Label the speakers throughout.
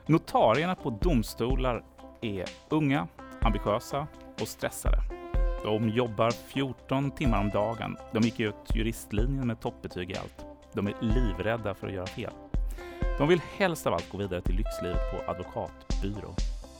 Speaker 1: Notarierna på domstolar är unga, ambitiösa och stressade. De jobbar 14 timmar om dagen. De gick ut juristlinjen med toppbetyg i allt. De är livrädda för att göra fel. De vill helst av allt gå vidare till lyxlivet på advokatbyrå.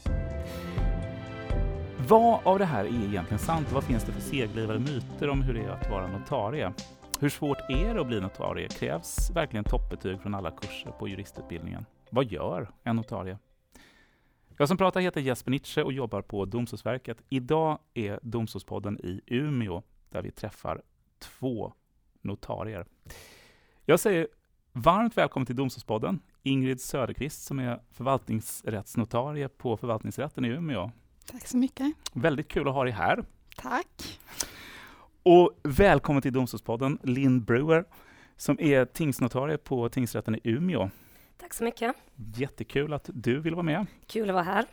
Speaker 1: Vad av det här är egentligen sant? Vad finns det för seglivade myter om hur det är att vara notarie? Hur svårt är det att bli notarie? Krävs verkligen toppbetyg från alla kurser på juristutbildningen? Vad gör en notarie? Jag som pratar heter Jesper Nitsche och jobbar på Domstolsverket. Idag är Domstolspodden i Umeå där vi träffar 2 notarier. Jag säger varmt välkommen till Domstolspodden. Ingrid Söderqvist som är förvaltningsrättsnotarie på förvaltningsrätten i Umeå.
Speaker 2: Tack så mycket.
Speaker 1: Väldigt kul att ha dig här.
Speaker 2: Tack.
Speaker 1: Och välkommen till Domstolspodden Linn Brewer som är tingsnotarie på tingsrätten i Umeå.
Speaker 3: Tack så mycket.
Speaker 1: Jättekul att du vill vara med.
Speaker 3: Kul att vara här.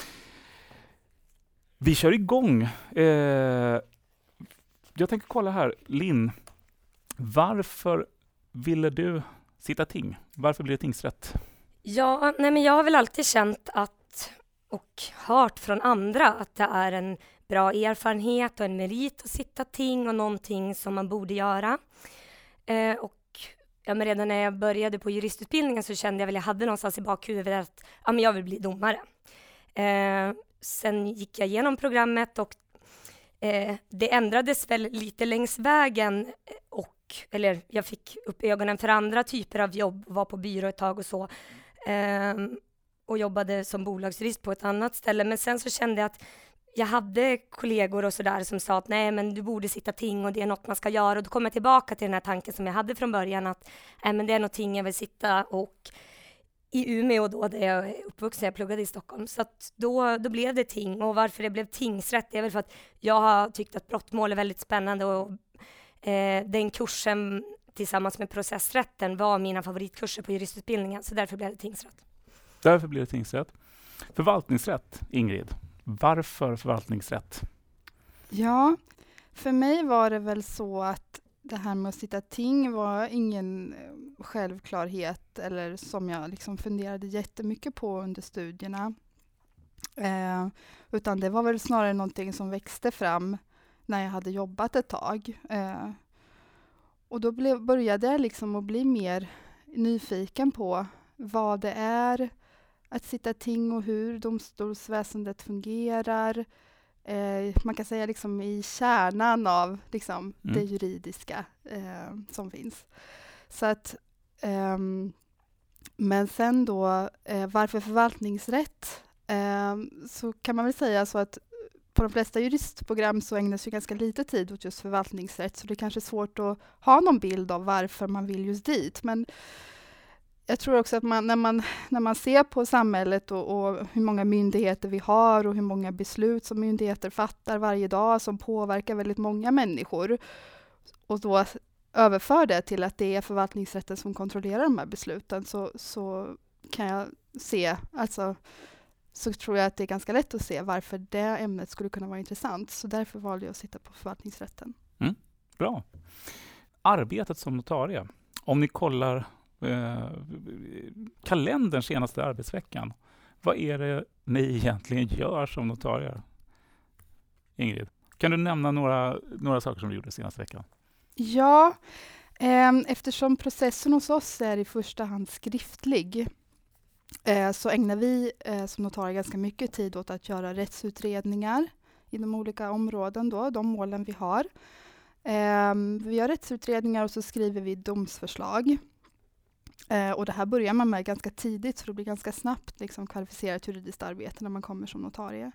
Speaker 1: Vi kör igång. Jag tänker kolla här. Linn, varför ville du sitta ting? Varför blev det tingsrätt?
Speaker 3: Ja, men jag har väl alltid känt och hört från andra att det är en bra erfarenhet och en merit att sitta ting och någonting som man borde göra. Men redan när jag började på juristutbildningen så kände jag väl jag hade någonstans i bakhuvudet att men jag vill bli domare. Sen gick jag igenom programmet och det ändrades väl lite längs vägen eller jag fick upp ögonen för andra typer av jobb, var på byrå ett tag och så. Och jobbade som bolagsjurist på ett annat ställe. Men sen så kände jag att jag hade kollegor och sådär som sa att nej men du borde sitta ting och det är något man ska göra. Och då kom jag tillbaka till den här tanken som jag hade från början att men det är någonting jag vill sitta och i Umeå då där jag är uppvuxen, jag pluggade i Stockholm. Så att då blev det ting och varför det blev tingsrätt det är väl för att jag har tyckt att brottmål är väldigt spännande och den kursen tillsammans med processrätten var mina favoritkurser på juristutbildningen så därför blev det tingsrätt.
Speaker 1: Därför blir det tingsrätt. Förvaltningsrätt, Ingrid. Varför förvaltningsrätt?
Speaker 2: Ja, för mig var det väl så att det här med att sitta ting var ingen självklarhet eller som jag liksom funderade jättemycket på under studierna. Utan det var väl snarare någonting som växte fram när jag hade jobbat ett tag. Och då började jag liksom att bli mer nyfiken på vad det är att sitta ting och hur domstolsväsendet fungerar. Man kan säga liksom i kärnan av liksom det juridiska som finns. Så att, men sen då, varför förvaltningsrätt? Så kan man väl säga så att på de flesta juristprogram så ägnas ju ganska lite tid åt just förvaltningsrätt. Så det är kanske svårt att ha någon bild av varför man vill just dit. Men jag tror också att när man ser på samhället och hur många myndigheter vi har och hur många beslut som myndigheter fattar varje dag som påverkar väldigt många människor och då överför det till att det är förvaltningsrätten som kontrollerar de här besluten så kan jag se, alltså så tror jag att det är ganska lätt att se varför det ämnet skulle kunna vara intressant. Så därför valde jag att sitta på förvaltningsrätten.
Speaker 1: Bra. Arbetet som notarie. Om ni kollar kalendern senaste arbetsveckan. Vad är det ni egentligen gör som notarier? Ingrid, kan du nämna några saker som du gjorde senaste veckan?
Speaker 2: Ja, eftersom processen hos oss är i första hand skriftlig så ägnar vi som notarier ganska mycket tid åt att göra rättsutredningar inom olika områden då, de målen vi har. Vi gör rättsutredningar och så skriver vi domsförslag. Och det här börjar man med ganska tidigt så det blir ganska snabbt liksom kvalificerat juridiskt arbete när man kommer som notarie.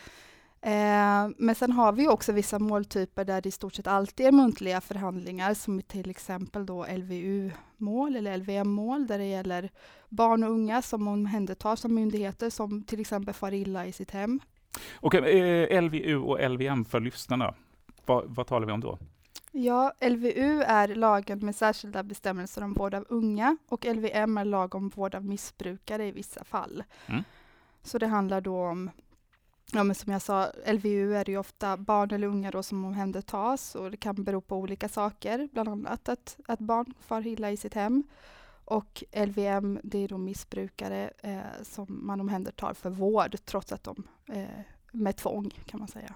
Speaker 2: Men sen har vi också vissa måltyper där det i stort sett alltid är muntliga förhandlingar som till exempel då LVU-mål eller LVM-mål där det gäller barn och unga som omhändertas av myndigheter som till exempel far illa i sitt hem.
Speaker 1: Okej, LVU och LVM för lyssnarna, vad talar vi om då?
Speaker 2: Ja, LVU är lagen med särskilda bestämmelser om vård av unga och LVM är lag om vård av missbrukare i vissa fall. Så det handlar då om, men som jag sa, LVU är det ju ofta barn eller unga då som omhändertas och det kan bero på olika saker, bland annat att barn far illa i sitt hem. Och LVM, det är då missbrukare som man omhändertar för vård trots att de med tvång kan man säga.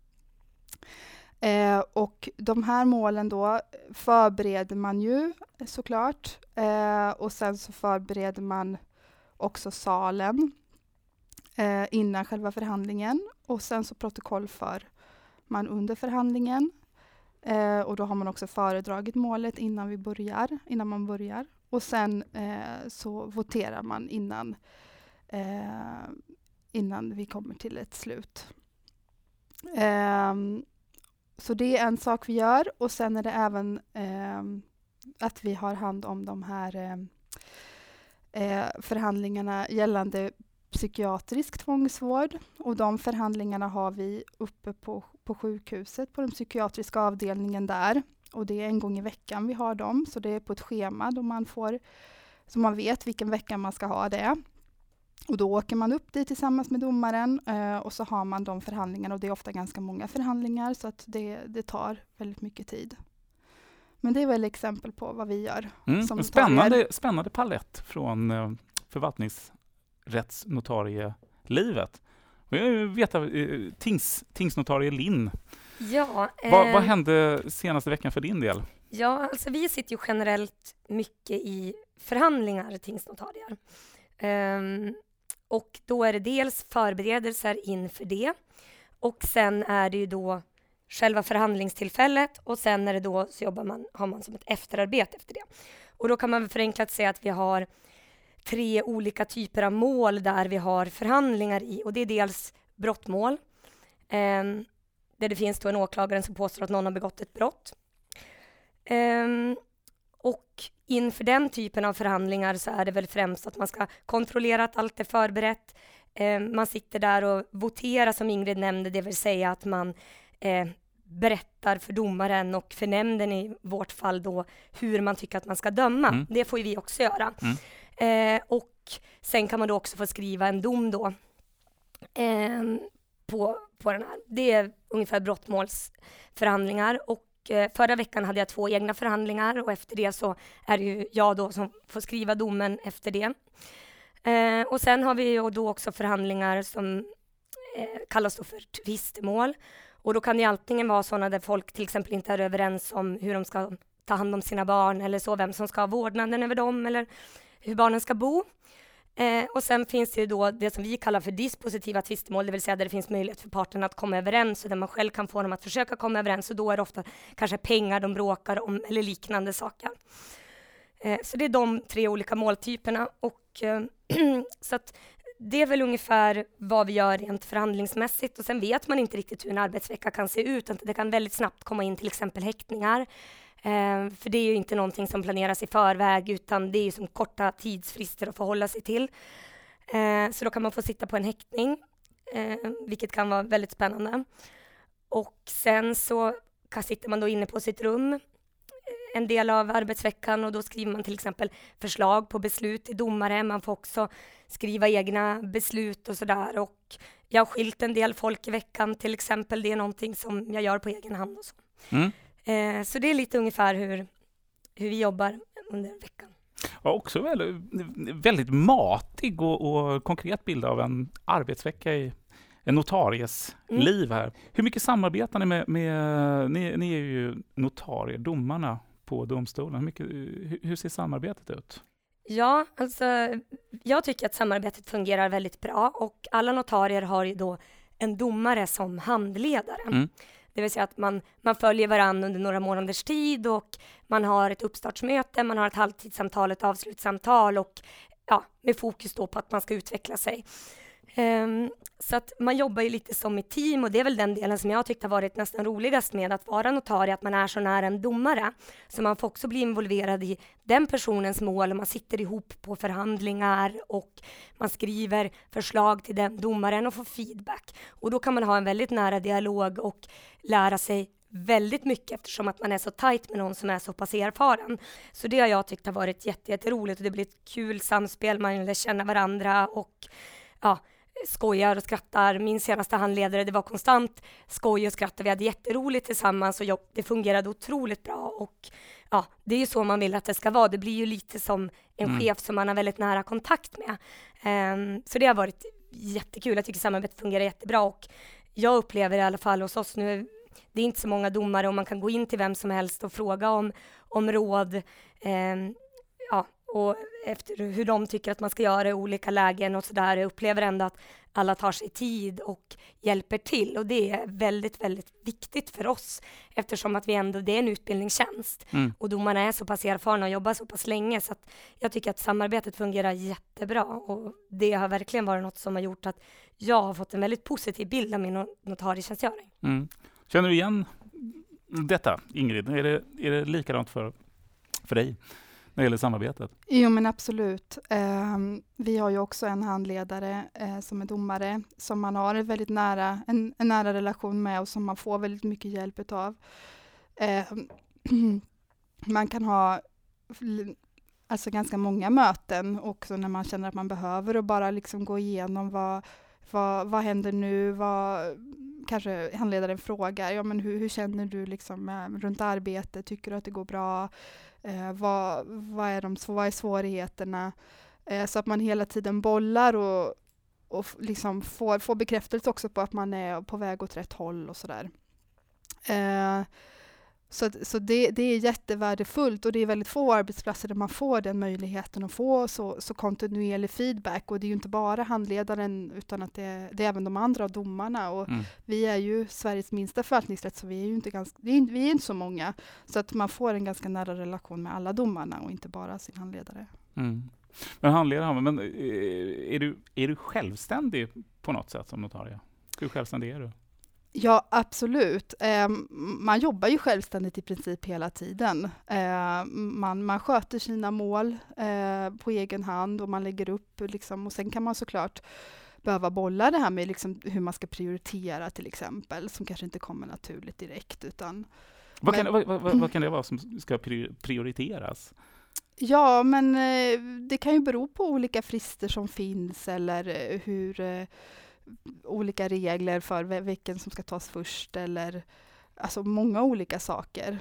Speaker 2: Och de här målen då förbereder man ju såklart. Och sen så förbereder man också salen innan själva förhandlingen. Och sen så protokollför man under förhandlingen. Och då har man också föredragit målet innan man börjar. Och sen så voterar man innan vi kommer till ett slut. Så det är en sak vi gör. Och sen är det även att vi har hand om de här förhandlingarna gällande psykiatrisk tvångsvård. Och de förhandlingarna har vi uppe på sjukhuset, på den psykiatriska avdelningen där. Och det är en gång i veckan vi har dem. Så det är på ett schema då så man vet vilken vecka man ska ha det. Och då åker man upp dit tillsammans med domaren och så har man de förhandlingarna. Och det är ofta ganska många förhandlingar så att det tar väldigt mycket tid. Men det är väl exempel på vad vi gör. Som
Speaker 1: Spännande palett från förvaltningsrättsnotarielivet. Och jag vill veta, tingsnotarie Linn.
Speaker 3: Ja,
Speaker 1: vad hände senaste veckan för din del?
Speaker 3: Ja, alltså vi sitter ju generellt mycket i förhandlingar, tingsnotarier. Och då är det dels förberedelser inför det. Och sen är det ju då själva förhandlingstillfället. Och sen är det då så har man som ett efterarbete efter det. Och då kan man förenklat säga att vi har 3 olika typer av mål där vi har förhandlingar i. Och det är dels brottmål. Där det finns då en åklagare som påstår att någon har begått ett brott. Och inför den typen av förhandlingar så är det väl främst att man ska kontrollera att allt är förberett. Man sitter där och voterar som Ingrid nämnde, det vill säga att man berättar för domaren och för nämnden i vårt fall då hur man tycker att man ska döma. Det får ju vi också göra. Och sen kan man då också få skriva en dom då på den här. Det är ungefär brottmålsförhandlingar och förra veckan hade jag 2 egna förhandlingar och efter det så är det ju jag då som får skriva domen efter det. Och sen har vi ju då också förhandlingar som kallas då för tvistemål. Och då kan det antingen vara sådana där folk till exempel inte är överens om hur de ska ta hand om sina barn eller så, vem som ska ha vårdnaden över dem eller hur barnen ska bo. Och sen finns det ju då det som vi kallar för dispositiva tvistemål, det vill säga där det finns möjlighet för parterna att komma överens och där man själv kan få dem att försöka komma överens och då är det ofta kanske pengar de bråkar om eller liknande saker. Så det är de 3 olika måltyperna och så att det är väl ungefär vad vi gör rent förhandlingsmässigt och sen vet man inte riktigt hur en arbetsvecka kan se ut. Det kan väldigt snabbt komma in till exempel häktningar. För det är ju inte någonting som planeras i förväg utan det är ju som korta tidsfrister att förhålla sig till. Så då kan man få sitta på en häktning, vilket kan vara väldigt spännande. Och sen så sitter man då inne på sitt rum en del av arbetsveckan och då skriver man till exempel förslag på beslut till domare. Man får också skriva egna beslut och sådär. Och jag har skilt en del folk i veckan till exempel. Det är någonting som jag gör på egen hand och så. Så det är lite ungefär hur vi jobbar under veckan.
Speaker 1: Ja, också väldigt matig och konkret bild av en arbetsvecka i en notaries liv här. Hur mycket samarbetar ni med ni är ju notarier, domarna på domstolen. Hur ser samarbetet ut?
Speaker 3: Ja, alltså jag tycker att samarbetet fungerar väldigt bra och alla notarier har ju då en domare som handledare. Det vill säga att man följer varandra under några månaders tid och man har ett uppstartsmöte, man har ett halvtidssamtal, ett avslutssamtal och med fokus då på att man ska utveckla sig. Så att man jobbar ju lite som ett team och det är väl den delen som jag tyckte har varit nästan roligast med att vara notarie, att man är så nära en domare. Så man får också bli involverad i den personens mål och man sitter ihop på förhandlingar och man skriver förslag till den domaren och får feedback. Och då kan man ha en väldigt nära dialog och lära sig väldigt mycket eftersom att man är så tajt med någon som är så pass erfaren. Så det har jag tyckt har varit jätteroligt och det blir ett kul samspel, man lär känna varandra och skojar och skrattar. Min senaste handledare, det var konstant skoj och skratt och vi hade jätteroligt tillsammans och det fungerade otroligt bra och ja, det är ju så man vill att det ska vara. Det blir ju lite som en chef som man har väldigt nära kontakt med. Så det har varit jättekul. Jag tycker samarbetet fungerar jättebra och jag upplever i alla fall hos oss nu, det är inte så många domare och man kan gå in till vem som helst och fråga om råd. Och efter hur de tycker att man ska göra i olika lägen och sådär. Jag upplever ändå att alla tar sig tid och hjälper till. Och det är väldigt, väldigt viktigt för oss eftersom att det är en utbildningstjänst. Och domarna är så pass erfarna och jobbar så pass länge så att jag tycker att samarbetet fungerar jättebra. Och det har verkligen varit något som har gjort att jag har fått en väldigt positiv bild av min notarietjänstgöring.
Speaker 1: Känner du igen detta, Ingrid? Är det likadant för dig när det gäller samarbetet?
Speaker 2: Jo, men absolut. Vi har ju också en handledare som är domare som man har en väldigt nära relation med och som man får väldigt mycket hjälp utav. Man kan ha alltså ganska många möten också när man känner att man behöver och bara liksom gå igenom vad händer nu, kanske handledaren frågar, ja men hur känner du liksom runt arbetet, tycker du att det går bra, vad är svårigheterna, så att man hela tiden bollar och liksom får bekräftelse också på att man är på väg åt rätt håll och sådär. Så det är jättevärdefullt och det är väldigt få arbetsplatser där man får den möjligheten att få så kontinuerlig feedback, och det är ju inte bara handledaren utan att det är även de andra domarna, och vi är ju Sveriges minsta förvaltningsrätt så vi är ju vi är inte så många, så att man får en ganska nära relation med alla domarna och inte bara sin handledare.
Speaker 1: Men handledare, är du självständig på något sätt som notarie? Hur självständig är du?
Speaker 2: Ja, absolut. Man jobbar ju självständigt i princip hela tiden. Man sköter sina mål på egen hand och man lägger upp liksom, och sen kan man såklart behöva bolla det här med liksom hur man ska prioritera till exempel, som kanske inte kommer naturligt direkt. Utan,
Speaker 1: vad kan det vara som ska prioriteras?
Speaker 2: Ja, men det kan ju bero på olika frister som finns eller hur olika regler för vilken som ska tas först eller alltså många olika saker.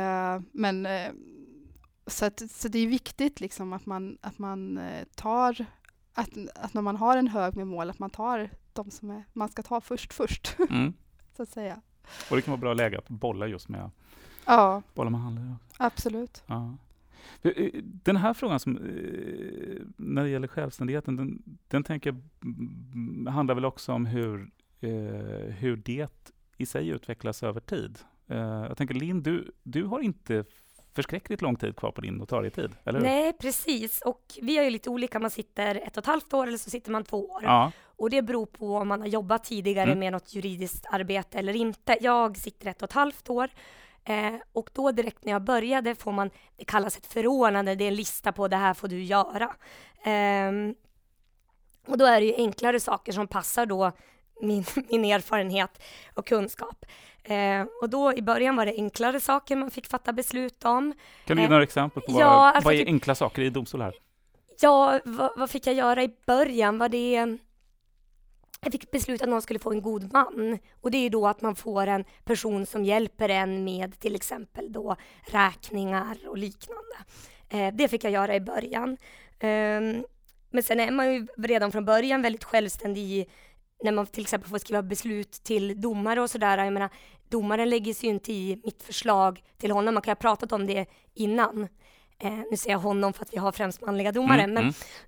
Speaker 2: Så det är viktigt liksom att man tar att när man har en hög med mål att man tar de som man ska ta först så att säga.
Speaker 1: Och det kan vara bra läge att bolla just med bolla med handlare.
Speaker 2: Absolut.
Speaker 1: Ja. Den här frågan som när det gäller självständigheten, den tänker jag handlar väl också om hur det i sig utvecklas över tid. Jag tänker Linn, du har inte förskräckligt lång tid kvar på din notarietid, eller hur?
Speaker 3: Nej, precis. Och vi är ju lite olika. Man sitter 1,5 år eller så sitter man 2 år.
Speaker 1: Ja.
Speaker 3: Och det beror på om man har jobbat tidigare med något juridiskt arbete eller inte. Jag sitter 1,5 år. Och då direkt när jag började får man, det kallas ett förordnande, det är en lista på det här får du göra. Och då är det ju enklare saker som passar då min erfarenhet och kunskap. Och då i början var det enklare saker man fick fatta beslut om.
Speaker 1: Kan du ge några exempel på vad är enkla saker i domstol här?
Speaker 3: Ja, vad fick jag göra i början? Jag fick beslut att någon skulle få en god man. Och det är då att man får en person som hjälper en med till exempel då räkningar och liknande. Det fick jag göra i början. Men sen är man ju redan från början väldigt självständig när man till exempel får skriva beslut till domare och sådär. Jag menar, domaren lägger sig ju inte i mitt förslag till honom. Man kan ha pratat om det innan. Nu säger jag honom för att vi har främst manliga domare.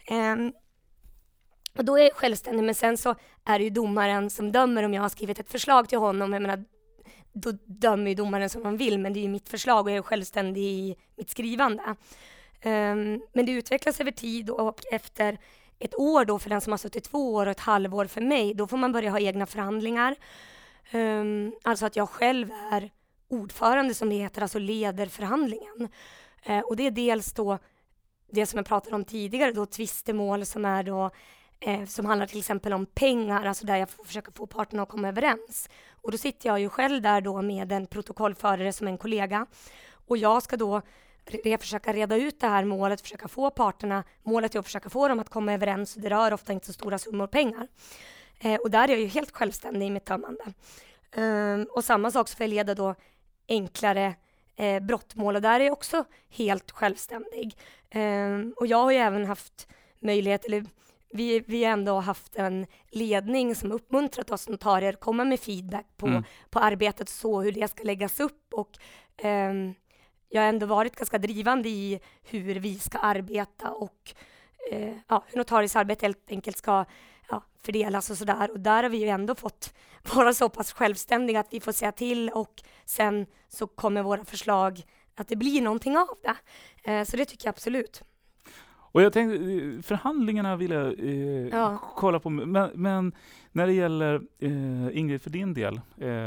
Speaker 3: Och då är jag självständig, men sen så är det ju domaren som dömer om jag har skrivit ett förslag till honom. Jag menar, då dömer ju domaren som han vill, men det är ju mitt förslag och jag är självständig i mitt skrivande. Men det utvecklas över tid och efter ett år då för den som har suttit 2 år och ett halvår för mig, då får man börja ha egna förhandlingar. Alltså att jag själv är ordförande som det heter, alltså leder förhandlingen. Och det är dels då det som jag pratade om tidigare, då tvistemål som är då som handlar till exempel om pengar, alltså där jag får försöka få parterna att komma överens. Och då sitter jag ju själv där då med en protokollförare som en kollega. Och jag ska då försöka reda ut det här målet, försöka få parterna, målet är att försöka få dem att komma överens, och det rör ofta inte så stora summor pengar. Och där är jag ju helt självständig i mitt dömande. Och samma sak så får jag leda då enklare brottmål och där är jag också helt självständig. Och jag har ju även haft möjlighet, eller vi har ändå haft en ledning som uppmuntrat oss notarier att komma med feedback på arbetet, så hur det ska läggas upp, och jag har ändå varit ganska drivande i hur vi ska arbeta och hur notarisk arbete helt enkelt ska fördelas och sådär. Och där har vi ju ändå fått vara så pass självständiga att vi får säga till, och sen så kommer våra förslag att det blir någonting av det. Så det tycker jag absolut.
Speaker 1: Och jag tänkte, förhandlingarna vill jag kolla på, men när det gäller Ingrid, för din del,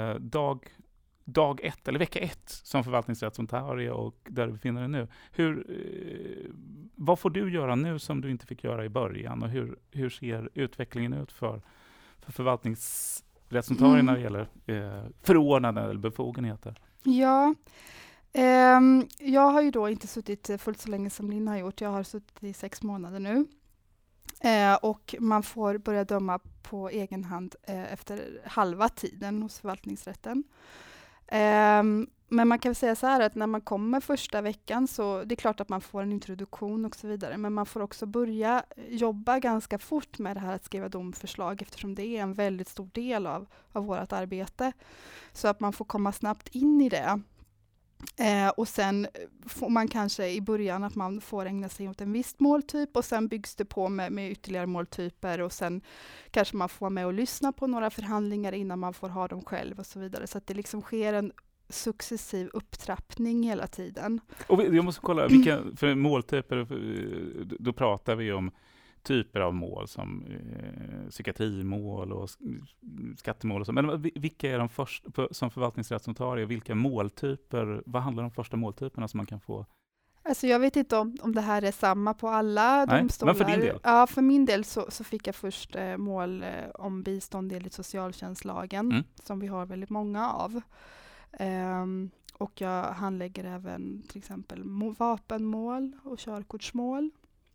Speaker 1: dag 1 eller vecka 1 som förvaltningsrättsnotarie och där du befinner dig nu. Vad får du göra nu som du inte fick göra i början, och hur ser utvecklingen ut för förvaltningsrättsnotarier när det gäller förordnanden eller befogenheter?
Speaker 2: Ja, jag har ju då inte suttit fullt så länge som Linn har gjort. Jag har suttit i 6 månader nu. Och man får börja döma på egen hand efter halva tiden hos förvaltningsrätten. Men man kan säga så här att när man kommer första veckan, så det är klart att man får en introduktion och så vidare, men man får också börja jobba ganska fort med det här att skriva domförslag, eftersom det är en väldigt stor del av vårt arbete, så att man får komma snabbt in i det. Och sen får man kanske i början att man får ägna sig åt en viss måltyp, och sen byggs det på med ytterligare måltyper, och sen kanske man får med och lyssna på några förhandlingar innan man får ha dem själv och så vidare. Så att det liksom sker en successiv upptrappning hela tiden. Och
Speaker 1: jag måste kolla, vilka för måltyper, då pratar vi om typer av mål som psykiatrimål och skattemål och så. Men vilka är de första, som förvaltningsrättsnotarie, vilka måltyper, vad handlar de första måltyperna som man kan få?
Speaker 2: Alltså jag vet inte om det här är samma på alla domstolar.
Speaker 1: Men för din del?
Speaker 2: Ja, för min del så fick jag först mål om bistånd enligt socialtjänstlagen, som vi har väldigt många av. Och jag handlägger även till exempel vapenmål och körkortsmål.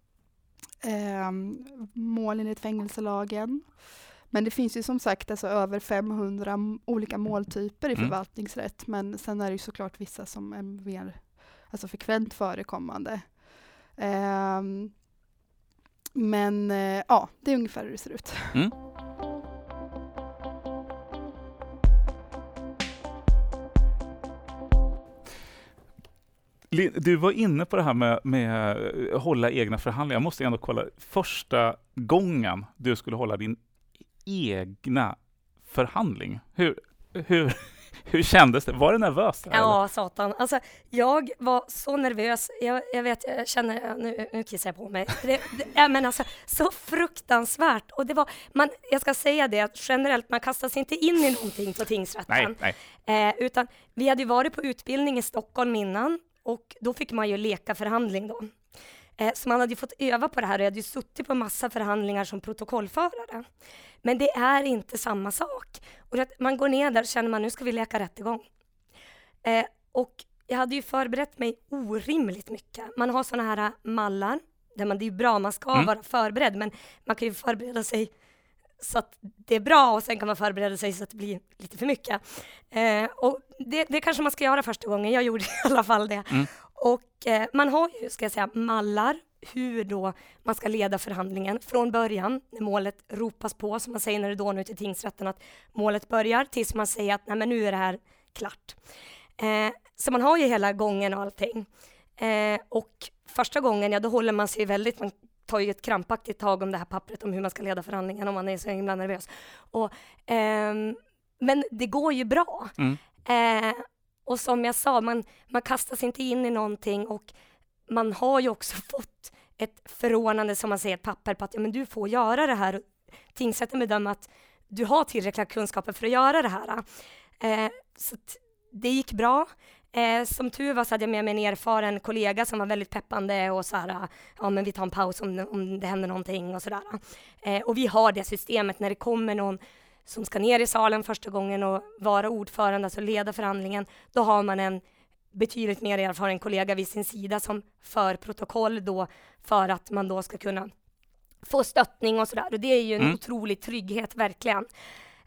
Speaker 2: Mål enligt fängelselagen. Men det finns ju som sagt alltså över 500 olika måltyper i förvaltningsrätt. Men sen är det ju såklart vissa som är mer frekvent förekommande. Men det är ungefär hur det ser ut.
Speaker 1: Du var inne på det här med hålla egna förhandlingar. Jag måste ändå kolla. Första gången du skulle hålla din egna förhandling. Hur kändes det? Var det nervöst?
Speaker 3: Ja, satan. Alltså, jag var så nervös. Jag känner, nu kissar jag på mig. Men alltså, så fruktansvärt. Och det var, jag ska säga det, att generellt, man kastar sig inte in i någonting på tingsrätten.
Speaker 1: Nej.
Speaker 3: Utan vi hade ju varit på utbildning i Stockholm innan. Och då fick man ju leka förhandling då. Så man hade ju fått öva på det här, och jag hade ju suttit på massa förhandlingar som protokollförare. Men det är inte samma sak. Och att man går ner där och känner man, nu ska vi leka rättegång. Och jag hade ju förberett mig orimligt mycket. Man har såna här mallar, där det är ju bra, man ska vara förberedd, men man kan ju förbereda sig så att det är bra, och sen kan man förbereda sig så att det blir lite för mycket. Och det kanske man ska göra första gången. Jag gjorde i alla fall det. Och man har ju, ska jag säga, mallar hur då man ska leda förhandlingen från början, när målet ropas på, som man säger när det dånar ut i tingsrätten att målet börjar, tills man säger att nej, men nu är det här klart. Så man har ju hela gången och allting. Och första gången, då håller man sig väldigt, man tar ju ett krampaktigt tag om det här pappret om hur man ska leda förhandlingen om man är så himla nervös. Men det går ju bra. Och som jag sa, man kastar sig inte in i någonting, och man har ju också fått ett förordnande, som man säger, ett papper på att men du får göra det här. Tingsrätten bedömer att du har tillräckliga kunskaper för att göra det här. Så det gick bra. Som tur var så hade jag med mig en erfaren kollega som var väldigt peppande och så här, men vi tar en paus om det händer någonting och sådär. Och vi har det systemet när det kommer någon som ska ner i salen första gången och vara ordförande, alltså leda förhandlingen, då har man en betydligt mer erfaren kollega vid sin sida som för protokoll då, för att man då ska kunna få stöttning och sådär. Och det är ju en otrolig trygghet, verkligen.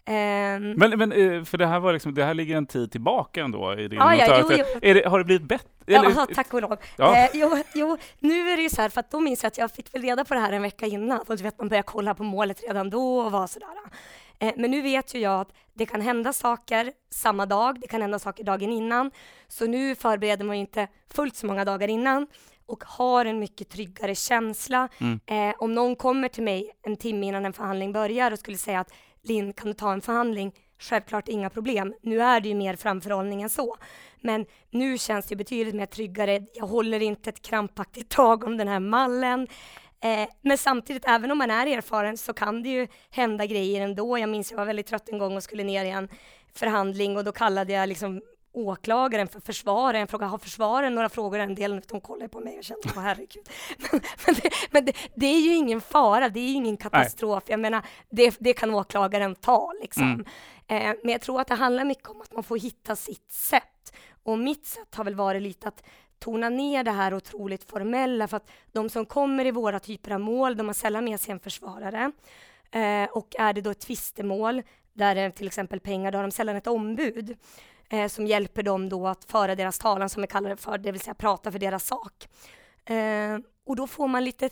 Speaker 1: Men för det här var liksom, det här ligger en tid tillbaka ändå i din
Speaker 3: jo.
Speaker 1: Har det blivit bättre?
Speaker 3: Ja, tack och lov.
Speaker 1: Ja.
Speaker 3: Jo, nu är det ju så här, för att då minns jag att jag fick väl reda på det här en vecka innan, och du vet, man börjar kolla på målet redan då och var sådär. Men nu vet ju jag att det kan hända saker samma dag, det kan hända saker dagen innan, så nu förbereder man ju inte fullt så många dagar innan och har en mycket tryggare känsla. Om någon kommer till mig en timme innan en förhandling börjar och skulle säga att Linn, kan du ta en förhandling? Självklart inga problem. Nu är det ju mer framförhållning än så. Men nu känns det betydligt mer tryggare. Jag håller inte ett krampaktigt tag om den här mallen. Men samtidigt, även om man är erfaren, så kan det ju hända grejer ändå. Jag minns jag var väldigt trött en gång och skulle ner i en förhandling, och då kallade jag liksom åklagaren för försvararen. Jag frågade, har försvararen några frågor? En del de kollade på mig och kände, herregud. Men det är ju ingen fara, det är ju ingen katastrof. Nej. Jag menar, det kan åklagaren ta liksom. Men jag tror att det handlar mycket om att man får hitta sitt sätt. Och mitt sätt har väl varit lite att tona ner det här otroligt formella, för att de som kommer i våra typer av mål, de har sällan med sig en försvarare. Och är det då ett tvistemål där det är till exempel pengar, då har de sällan ett ombud som hjälper dem då att föra deras talan, som vi kallar det för, det vill säga prata för deras sak. Och då får man lite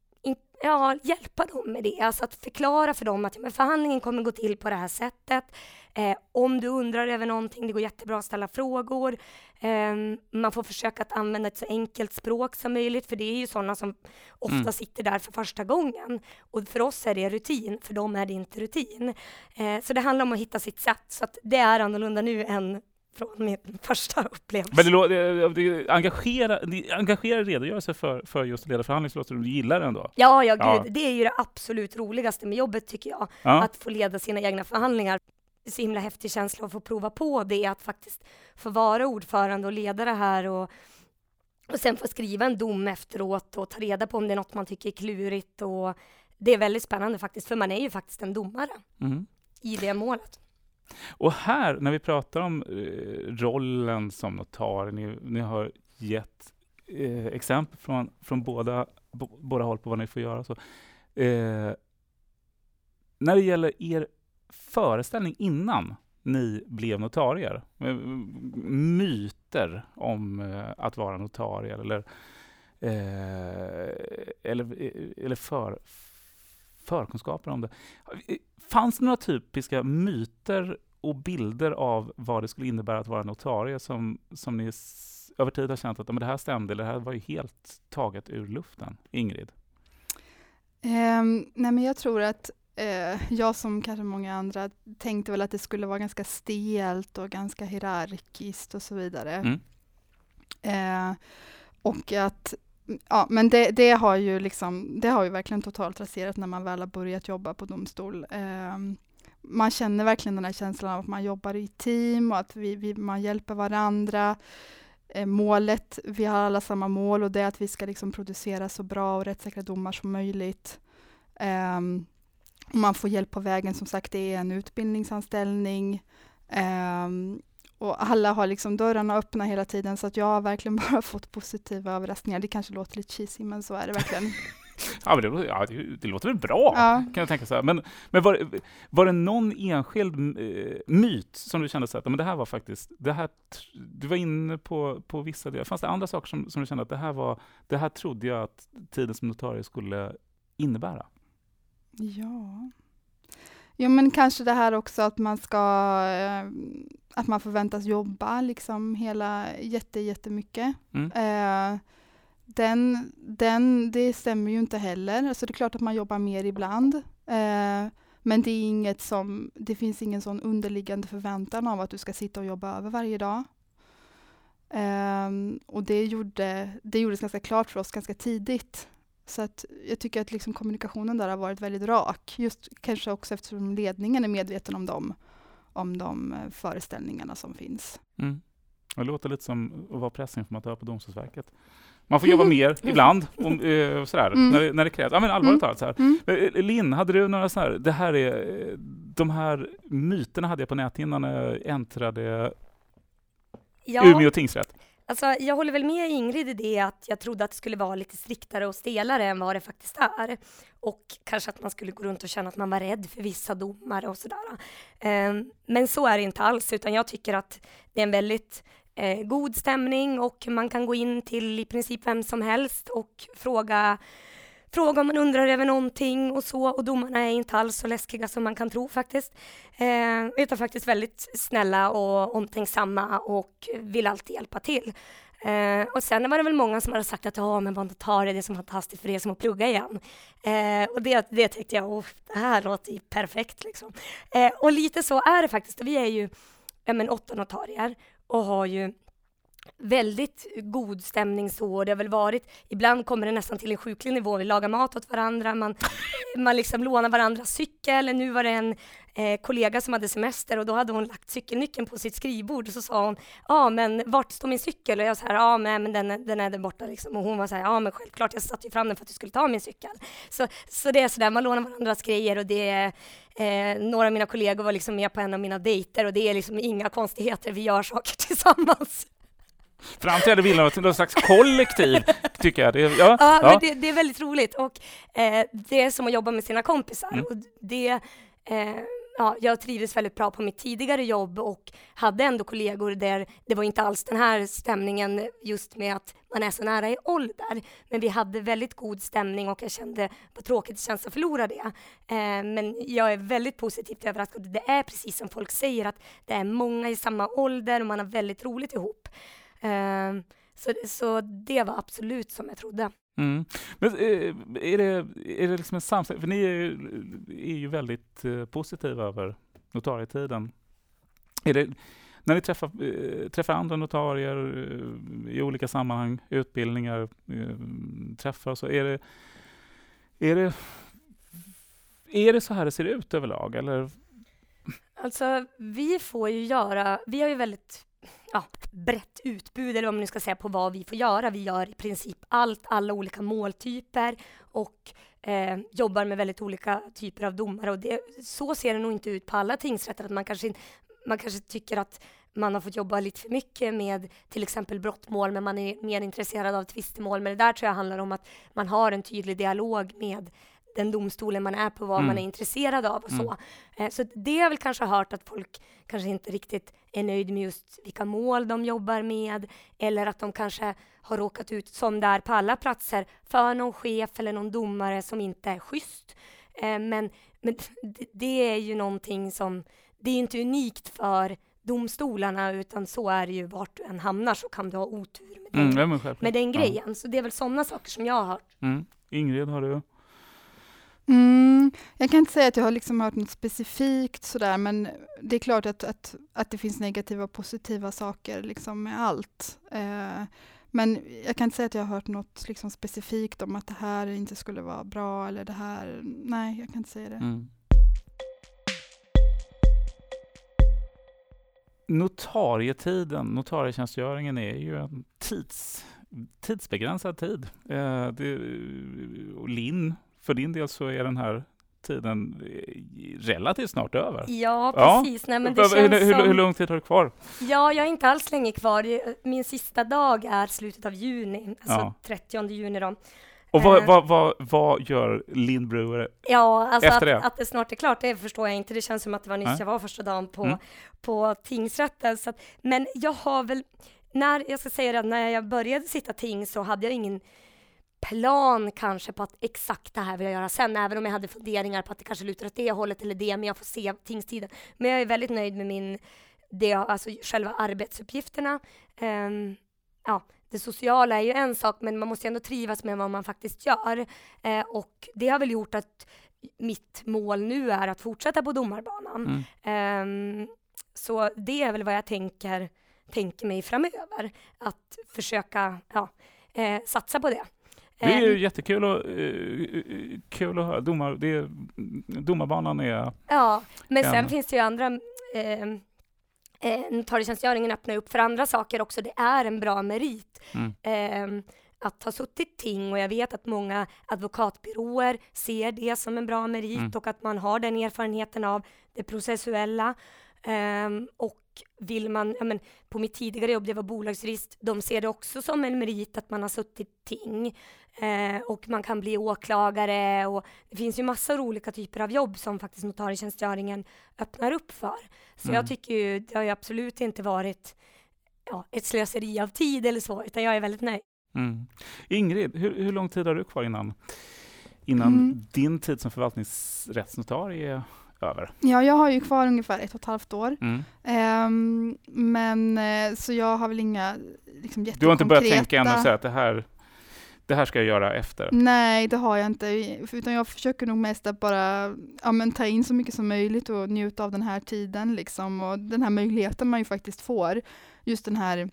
Speaker 3: hjälpa dem med det, alltså att förklara för dem att förhandlingen kommer gå till på det här sättet. Om du undrar över någonting, det går jättebra att ställa frågor. Man får försöka att använda ett så enkelt språk som möjligt, för det är ju sådana som ofta sitter där för första gången. Och för oss är det rutin, för dem är det inte rutin. Så det handlar om att hitta sitt sätt, så att det är annorlunda nu än från min första upplevelse.
Speaker 1: Men det engagerar redogörelse för just ledarförhandling, så låter du gillar det ändå?
Speaker 3: Ja, gud. Det är ju det absolut roligaste med jobbet, tycker jag. Ja. Att få leda sina egna förhandlingar. Det är så himla häftig känsla att få prova på det, att faktiskt få vara ordförande och leda det här, och sen få skriva en dom efteråt och ta reda på om det är något man tycker är klurigt. Och det är väldigt spännande faktiskt, för man är ju faktiskt en domare i det målet.
Speaker 1: Och här, när vi pratar om rollen som notar, ni har gett exempel från båda håll på vad ni får göra. Så, när det gäller er föreställning innan ni blev notarier, myter om att vara notarier eller förkunskaper om det. Fanns det några typiska myter och bilder av vad det skulle innebära att vara notarie som ni över tid har känt att men det här stämde, eller det här var ju helt taget ur luften? Ingrid?
Speaker 2: Nej, men jag tror att jag, som kanske många andra, tänkte väl att det skulle vara ganska stelt och ganska hierarkiskt och så vidare. Och att men det har ju verkligen totalt raserat när man väl har börjat jobba på domstol. Man känner verkligen den här känslan av att man jobbar i team och att man hjälper varandra. Målet, vi har alla samma mål, och det är att vi ska liksom producera så bra och rättssäkra domar som möjligt. Man får hjälp på vägen, som sagt, det är en utbildningsanställning. Och alla har liksom dörrarna öppna hela tiden, så att jag har verkligen bara fått positiva överraskningar. Det kanske låter lite cheesy, men så är det verkligen.
Speaker 1: Det låter väl bra, kan jag tänka så här. Men var det någon enskild myt som du kände så att men det här var faktiskt, du var inne på vissa delar. Fanns det andra saker som du kände att det här trodde jag att tiden som notarie skulle innebära?
Speaker 2: Ja, men kanske det här också att att man förväntas jobba liksom jättemycket. Det stämmer ju inte heller. Alltså det är klart att man jobbar mer ibland. Men det finns ingen sån underliggande förväntan av att du ska sitta och jobba över varje dag. Och det gjordes ganska klart för oss ganska tidigt. Så att jag tycker att liksom kommunikationen där har varit väldigt rak. Just kanske också eftersom ledningen är medveten om de föreställningarna som finns.
Speaker 1: Det låter lite som att vara pressinformatör på Domstolsverket. Man får jobba mer ibland när det krävs. Ja, men allvarligt talat så här. Linn, hade du några så här, de här myterna hade jag på näthinnan när jag äntrade Umeå tingsrätt?
Speaker 3: alltså jag håller väl med Ingrid i det att jag trodde att det skulle vara lite striktare och stelare än vad det faktiskt är. Och kanske att man skulle gå runt och känna att man var rädd för vissa domare och sådär. Men så är det inte alls, utan jag tycker att det är en väldigt god stämning och man kan gå in till i princip vem som helst och fråga om man undrar över någonting och så, och domarna är inte alls så läskiga som man kan tro faktiskt, utan faktiskt väldigt snälla och omtänksamma och vill alltid hjälpa till. Och sen var det väl många som hade sagt att men vad notarie, det är så fantastiskt för det som att plugga igen. Och det tyckte jag, det här låter ju perfekt liksom. Och lite så är det faktiskt, och vi är ju 8 notarier och har ju väldigt god stämning så. Det har väl varit, ibland kommer det nästan till en sjuklig nivå. Vi lagar mat åt varandra, man liksom lånar varandras cykel. Nu var det en kollega som hade semester och då hade hon lagt cykelnyckeln på sitt skrivbord och så sa hon, men vart står min cykel? Och jag sa här, men den är där borta liksom. Och hon var så här, men självklart, jag satte ju fram den för att du skulle ta min cykel. Så det är sådär, man lånar varandras grejer, och det är några av mina kollegor var liksom med på en av mina dejter, och det är liksom inga konstigheter, vi gör saker tillsammans.
Speaker 1: Framtiden vill ha någon slags kollektiv, tycker jag.
Speaker 3: Men det är väldigt roligt, och det är som att jobba med sina kompisar. Och det, jag trivdes väldigt bra på mitt tidigare jobb och hade ändå kollegor där det var inte alls den här stämningen just med att man är så nära i ålder. Men vi hade väldigt god stämning och jag kände vad tråkigt det känns att förlora det. Men jag är väldigt positivt överraskad. Det är precis som folk säger, att det är många i samma ålder och man har väldigt roligt ihop. Så det var absolut som jag trodde.
Speaker 1: Men är det liksom en samsyn? För ni är ju väldigt positiva över notarietiden. Är det, när ni träffar andra notarier i olika sammanhang, utbildningar, träffar, så är det så här det ser ut överlag, eller?
Speaker 3: Alltså vi har ju väldigt brett utbud, eller vad man nu ska säga, på vad vi får göra. Vi gör i princip alla olika måltyper och jobbar med väldigt olika typer av domare, och så ser det nog inte ut på alla tingsrätter, att man kanske tycker att man har fått jobba lite för mycket med till exempel brottmål, men man är mer intresserad av tvistemål. Men det där tror jag handlar om att man har en tydlig dialog med den domstolen man är på, vad man är intresserad av och så. Så det har jag väl kanske hört, att folk kanske inte riktigt är nöjd med just vilka mål de jobbar med, eller att de kanske har råkat ut, som där på alla platser, för någon chef eller någon domare som inte är schysst. Men det är ju någonting som, det är inte unikt för domstolarna, utan så är det ju vart du än hamnar, så kan du ha otur med den grejen. Så det är väl sådana saker som jag har hört.
Speaker 1: Ingrid, har du?
Speaker 2: Jag kan inte säga att jag har liksom hört något specifikt sådär, men det är klart att det finns negativa och positiva saker liksom med allt. Men jag kan inte säga att jag har hört något liksom specifikt om att det här inte skulle vara bra, eller det här. Nej, jag kan inte säga det.
Speaker 1: Notarietjänstgöringen är ju en tidsbegränsad tid. Och Linn, för din del så är den här tiden relativt snart över.
Speaker 3: Ja, precis. Ja. Nej, men det
Speaker 1: hur lång tid har du kvar?
Speaker 3: Ja, jag är inte alls länge kvar. Min sista dag är slutet av juni, alltså 30 juni då.
Speaker 1: Och vad gör Linn Brewer efter det?
Speaker 3: Att det snart är klart, det förstår jag inte. Det känns som att det var nyss jag var första dagen på tingsrätten. Så men jag har väl, när jag började sitta ting så hade jag ingen plan kanske på att exakt det här vill jag göra sen, även om jag hade funderingar på att det kanske lutar åt det hållet eller det, men jag får se tingstiden. Men jag är väldigt nöjd med själva arbetsuppgifterna. Det sociala är ju en sak, men man måste ändå trivas med vad man faktiskt gör. Och det har väl gjort att mitt mål nu är att fortsätta på domarbanan. Så det är väl vad jag tänker mig framöver. Att försöka satsa på det.
Speaker 1: Det är ju jättekul kul att höra. Domarbanan är... Ja,
Speaker 3: men sen finns det ju andra... Notarietjänstgöringen öppnar upp för andra saker också. Det är en bra merit att ha suttit ting, och jag vet att många advokatbyråer ser det som en bra merit och att man har den erfarenheten av det processuella. Och vill man, på mitt tidigare jobb, det var bolagsjurist, de ser det också som en merit att man har suttit ting, och man kan bli åklagare, och det finns ju massor av olika typer av jobb som faktiskt notarietjänstgöringen öppnar upp för. Så jag tycker ju, det har ju absolut inte varit ett slöseri av tid eller så, utan jag är väldigt nöjd.
Speaker 1: Ingrid, hur lång tid har du kvar innan din tid som förvaltningsrättsnotarie är över?
Speaker 2: Ja, jag har ju kvar ungefär 1,5 år. Men så jag har väl inga liksom, jättekonkreta...
Speaker 1: Du har inte börjat tänka än och säga att det här ska jag göra efter?
Speaker 2: Nej, det har jag inte. Utan jag försöker nog mest att bara ta in så mycket som möjligt och njuta av den här tiden. Liksom, och den här möjligheten man ju faktiskt får. Just den här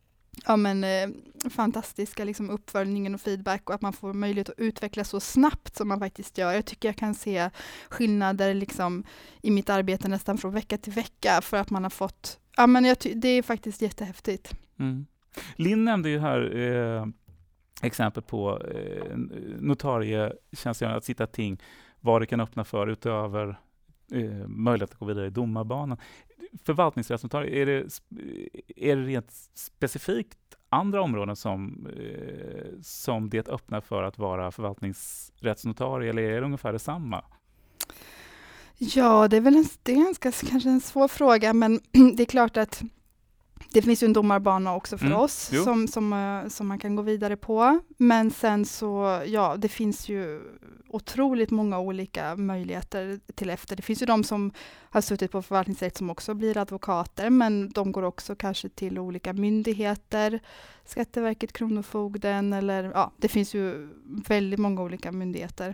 Speaker 2: fantastiska liksom, uppföljningen och feedback, och att man får möjlighet att utveckla så snabbt som man faktiskt gör. Jag tycker jag kan se skillnader liksom, i mitt arbete nästan från vecka till vecka, för att man har fått... det är faktiskt jättehäftigt.
Speaker 1: Linn nämnde ju här exempel på notarietjänstgöring, att sitta ting, vad det kan öppna för utöver möjlighet att gå vidare i domarbanan. Förvaltningsrättsnotarie, är det rent specifikt andra områden som det öppnar för att vara förvaltningsrättsnotarie, eller är det ungefär detsamma?
Speaker 2: Ja, det är ganska kanske en svår fråga, men det är klart att det finns ju en domarbana också för oss som man kan gå vidare på. Men sen så, det finns ju otroligt många olika möjligheter till efter. Det finns ju de som har suttit på förvaltningsrätt som också blir advokater, men de går också kanske till olika myndigheter, Skatteverket, Kronofogden, eller det finns ju väldigt många olika myndigheter.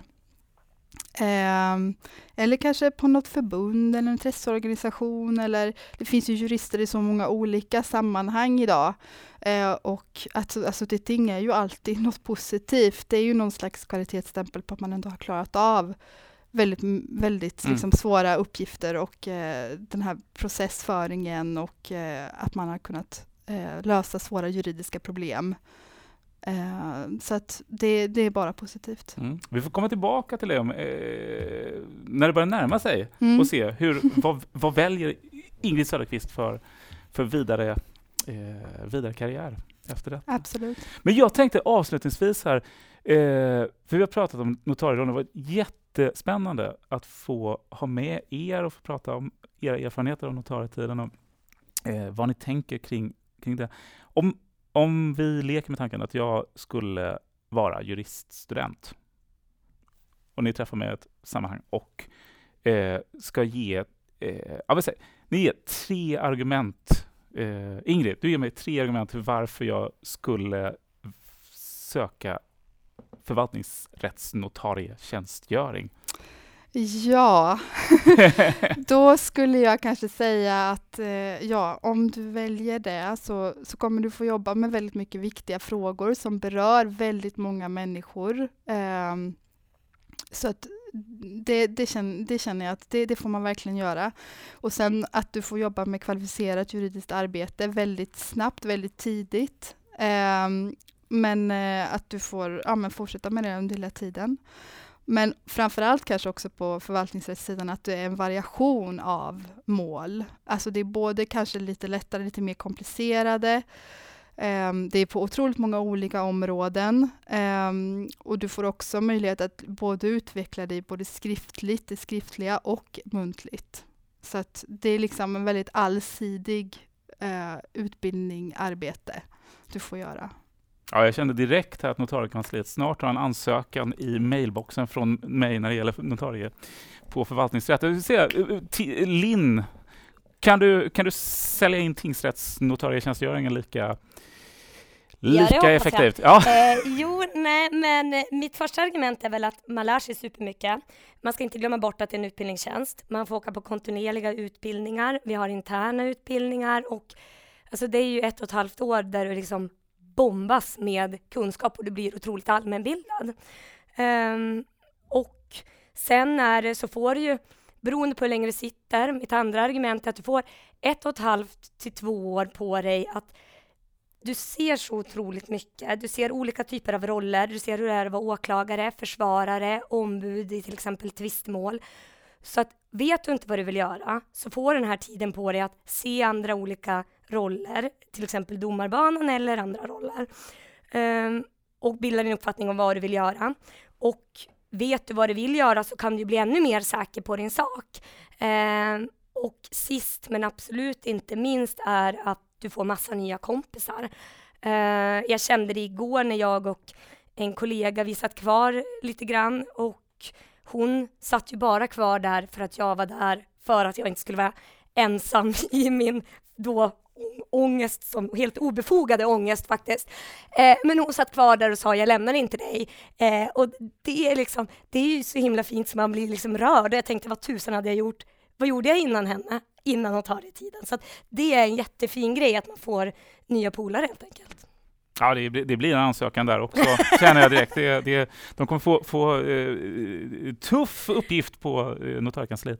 Speaker 2: Eller kanske på något förbund eller en intresseorganisation, eller det finns ju jurister i så många olika sammanhang idag, och alltså det ting är ju alltid något positivt. Det är ju någon slags kvalitetsstämpel på att man ändå har klarat av väldigt, väldigt liksom, svåra uppgifter, och den här processföringen, och att man har kunnat lösa svåra juridiska problem. Så att det är bara positivt.
Speaker 1: Vi får komma tillbaka till det när det börjar närma sig och se vad väljer Ingrid Söderqvist för vidare karriär efter det.
Speaker 2: Absolut.
Speaker 1: Men jag tänkte avslutningsvis här, för vi har pratat om notarierollen, det var jättespännande att få ha med er och få prata om era erfarenheter av notarietiden och vad ni tänker kring det. Om vi leker med tanken att jag skulle vara juriststudent och ni träffar mig i ett sammanhang och ska ge, ni ger 3 argument. Ingrid, du ger mig 3 argument för varför jag skulle söka förvaltningsrättsnotarietjänstgöring.
Speaker 2: Ja, då skulle jag kanske säga att om du väljer det så kommer du få jobba med väldigt mycket viktiga frågor som berör väldigt många människor. Så att det känner jag att det får man verkligen göra. Och sen att du får jobba med kvalificerat juridiskt arbete väldigt snabbt, väldigt tidigt. Men att du får fortsätta med det under hela tiden. Men framförallt kanske också på förvaltningsrättssidan att det är en variation av mål. Alltså det är både kanske lite lättare, lite mer komplicerade. Det är på otroligt många olika områden. Och du får också möjlighet att både utveckla dig både skriftligt, det skriftliga och muntligt. Så att det är liksom en väldigt allsidig utbildning, arbete du får göra.
Speaker 1: Ja, jag kände direkt här att notariekansliet snart har en ansökan i mailboxen från mig när det gäller notarie på förvaltningsrätt. Linn, kan du sälja in tingsrättsnotarietjänstgöringen lika effektivt? Ja.
Speaker 3: Men mitt första argument är väl att man lär sig supermycket. Man ska inte glömma bort att det är en utbildningstjänst. Man får åka på kontinuerliga utbildningar. Vi har interna utbildningar och alltså det är ju 1,5 år där du liksom bombas med kunskap och du blir otroligt allmänbildad. Och sen så får du ju, beroende på hur länge du sitter, mitt andra argument är att du får 1,5 till 2 år på dig att du ser så otroligt mycket. Du ser olika typer av roller. Du ser hur det är att vara åklagare, försvarare, ombud i till exempel tvistmål. Så att vet du inte vad du vill göra, så får den här tiden på dig att se andra olika roller, till exempel domarbanan eller andra roller, och bilda din uppfattning om vad du vill göra. Och vet du vad du vill göra, så kan du bli ännu mer säker på din sak. Och sist men absolut inte minst är att du får massa nya kompisar. Jag kände det igår när jag och en kollega, vi satt kvar lite grann, och hon satt ju bara kvar där för att jag var där, för att jag inte skulle vara ensam i min då ångest, som helt obefogade ångest faktiskt. Men hon satt kvar där och sa, jag lämnar inte dig. Och det är ju så himla fint, som man blir liksom rörd. Och jag tänkte, vad tusan hade jag gjort? Vad gjorde jag innan henne? Innan hon tar det tiden. Så att det är en jättefin grej att man får nya polare helt enkelt.
Speaker 1: Ja, det blir en ansökan där också, känner jag direkt. De kommer få tuff uppgift på notarikansliet.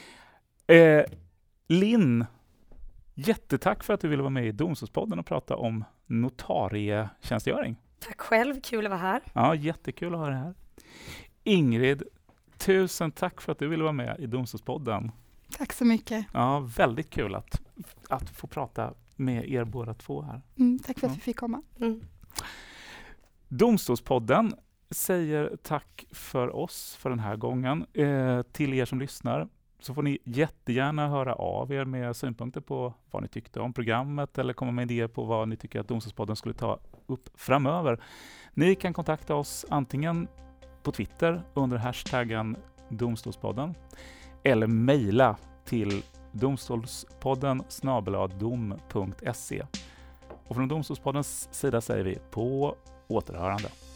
Speaker 1: Linn, jättetack för att du ville vara med i Domstolspodden och prata om notarietjänstgöring.
Speaker 3: Tack själv, kul att vara här.
Speaker 1: Ja, jättekul att ha dig här. Ingrid, tusen tack för att du ville vara med i Domstolspodden.
Speaker 2: Tack så mycket.
Speaker 1: Ja, väldigt kul att få prata med er båda två här.
Speaker 2: Tack för att vi fick komma.
Speaker 1: Domstolspodden säger tack för oss för den här gången. Till er som lyssnar så får ni jättegärna höra av er med synpunkter på vad ni tyckte om programmet, eller komma med idéer på vad ni tycker att Domstolspodden skulle ta upp framöver. Ni kan kontakta oss antingen på Twitter under hashtaggen Domstolspodden, eller mejla till domstolspodden@dom.se. Och från Domstolspoddens sida säger vi på återhörande.